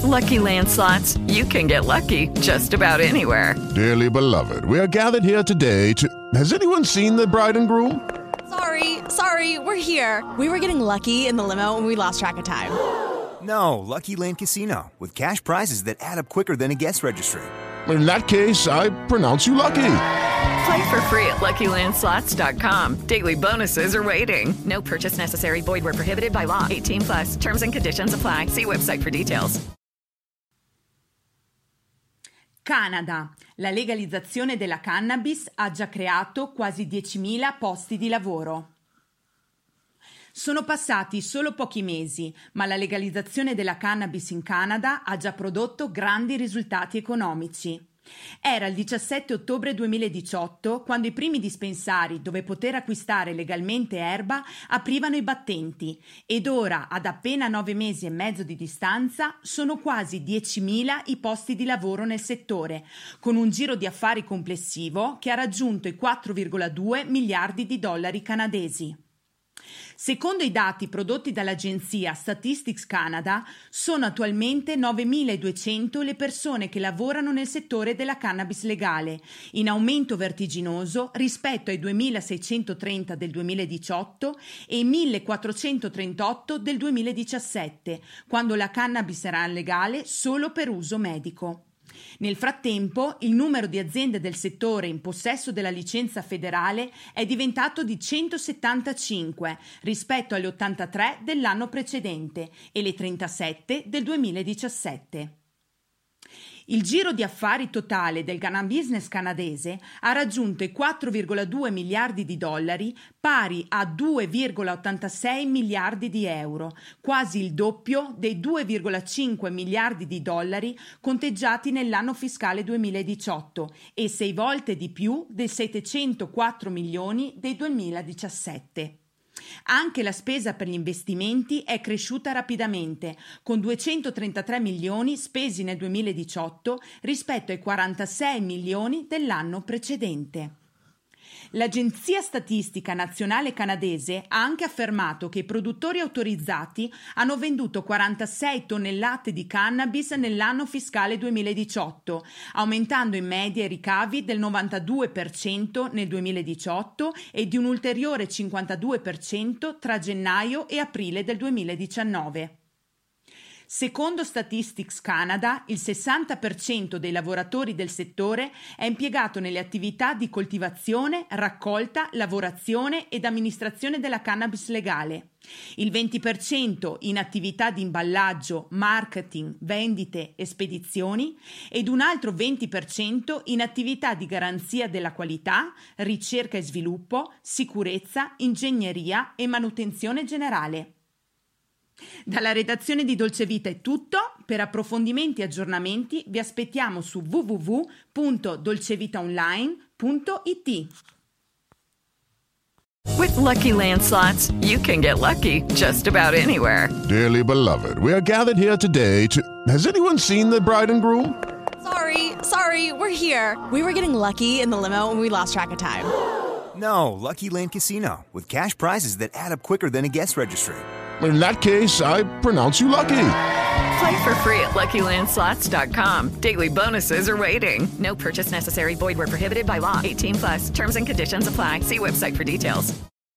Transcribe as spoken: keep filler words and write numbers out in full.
Lucky Land Slots, you can get lucky just about anywhere. Dearly beloved, we are gathered here today to... Has anyone seen the bride and groom? Sorry, sorry, we're here. We were getting lucky in the limo and we lost track of time. No, Lucky Land Casino, with cash prizes that add up quicker than a guest registry. In that case, I pronounce you lucky. Play for free at Lucky Land Slots dot com. Daily bonuses are waiting. No purchase necessary. Void where prohibited by law. eighteen plus. Terms and conditions apply. See website for details. Canada. La legalizzazione della cannabis ha già creato quasi diecimila posti di lavoro. Sono passati solo pochi mesi, ma la legalizzazione della cannabis in Canada ha già prodotto grandi risultati economici. Era il diciassette ottobre duemiladiciotto quando i primi dispensari dove poter acquistare legalmente erba aprivano i battenti ed ora, ad appena nove mesi e mezzo di distanza, sono quasi diecimila i posti di lavoro nel settore, con un giro di affari complessivo che ha raggiunto i quattro virgola due miliardi di dollari canadesi. Secondo i dati prodotti dall'agenzia Statistics Canada, sono attualmente novemiladuecento le persone che lavorano nel settore della cannabis legale, in aumento vertiginoso rispetto ai duemilaseicentotrenta del duemiladiciotto e ai millequattrocentotrentotto del duemiladiciassette, quando la cannabis era legale solo per uso medico. Nel frattempo, il numero di aziende del settore in possesso della licenza federale è diventato di centosettantacinque rispetto alle ottantatré dell'anno precedente e le trentasette del duemiladiciassette. Il giro di affari totale del cannabis canadese ha raggiunto i quattro virgola due miliardi di dollari, pari a due virgola ottantasei miliardi di euro, quasi il doppio dei due virgola cinque miliardi di dollari conteggiati nell'anno fiscale duemiladiciotto e sei volte di più dei settecentoquattro milioni del duemiladiciassette. Anche la spesa per gli investimenti è cresciuta rapidamente, con duecentotrentatré milioni spesi nel duemiladiciotto rispetto ai quarantasei milioni dell'anno precedente. L'Agenzia Statistica Nazionale Canadese ha anche affermato che i produttori autorizzati hanno venduto quarantasei tonnellate di cannabis nell'anno fiscale duemiladiciotto, aumentando in media i ricavi del novantadue per cento nel duemiladiciotto e di un ulteriore cinquantadue per cento tra gennaio e aprile del duemiladiciannove. Secondo Statistics Canada, il sessanta per cento dei lavoratori del settore è impiegato nelle attività di coltivazione, raccolta, lavorazione ed amministrazione della cannabis legale, il venti per cento in attività di imballaggio, marketing, vendite e spedizioni ed un altro venti per cento in attività di garanzia della qualità, ricerca e sviluppo, sicurezza, ingegneria e manutenzione generale. Dalla redazione di Dolce Vita è tutto. Per approfondimenti e aggiornamenti vi aspettiamo su w w w punto dolcevitaonline punto i t. With Lucky Land Slots, you can get lucky just about anywhere. Dearly beloved, we are gathered here today to... Has anyone seen the bride and groom? Sorry, sorry, we're here. We were getting lucky in the limo and we lost track of time. No, Lucky Land Casino, with cash prizes that add up quicker than a guest registry. In that case, I pronounce you lucky. Play for free at Lucky Land Slots dot com. Daily bonuses are waiting. No purchase necessary. Void where prohibited by law. eighteen plus. Terms and conditions apply. See website for details.